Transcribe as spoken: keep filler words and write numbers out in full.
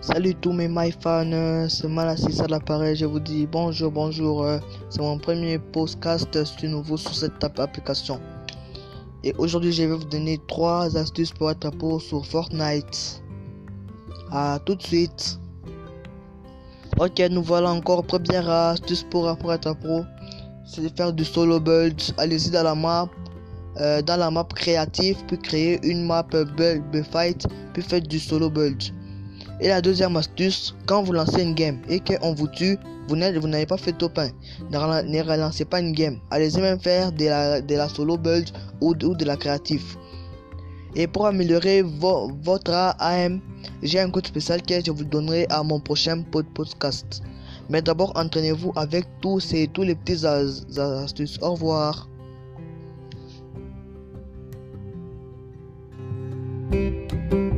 Salut tous mes my fans, euh, c'est Malassis à l'appareil, je vous dis bonjour, bonjour, euh, c'est mon premier podcast, je suis nouveau sur cette app- application. Et aujourd'hui je vais vous donner trois astuces pour être pro sur Fortnite. À tout de suite. Ok, nous voilà encore, première astuce pour, pour être pro, c'est de faire du solo build. Allez-y dans la map, euh, dans la map créative, puis créer une map build, build fight, puis faites du solo build. Et la deuxième astuce, quand vous lancez une game et qu'on vous tue, vous n'avez pas fait top un. Ne, ne relancez pas une game. Allez-y même faire de la, de la solo build ou de, ou de la créative. Et pour améliorer vo, votre A M, j'ai un code spécial que je vous donnerai à mon prochain podcast. Mais d'abord, entraînez-vous avec tous, ces, tous les petits astuces. Au revoir. Thank you.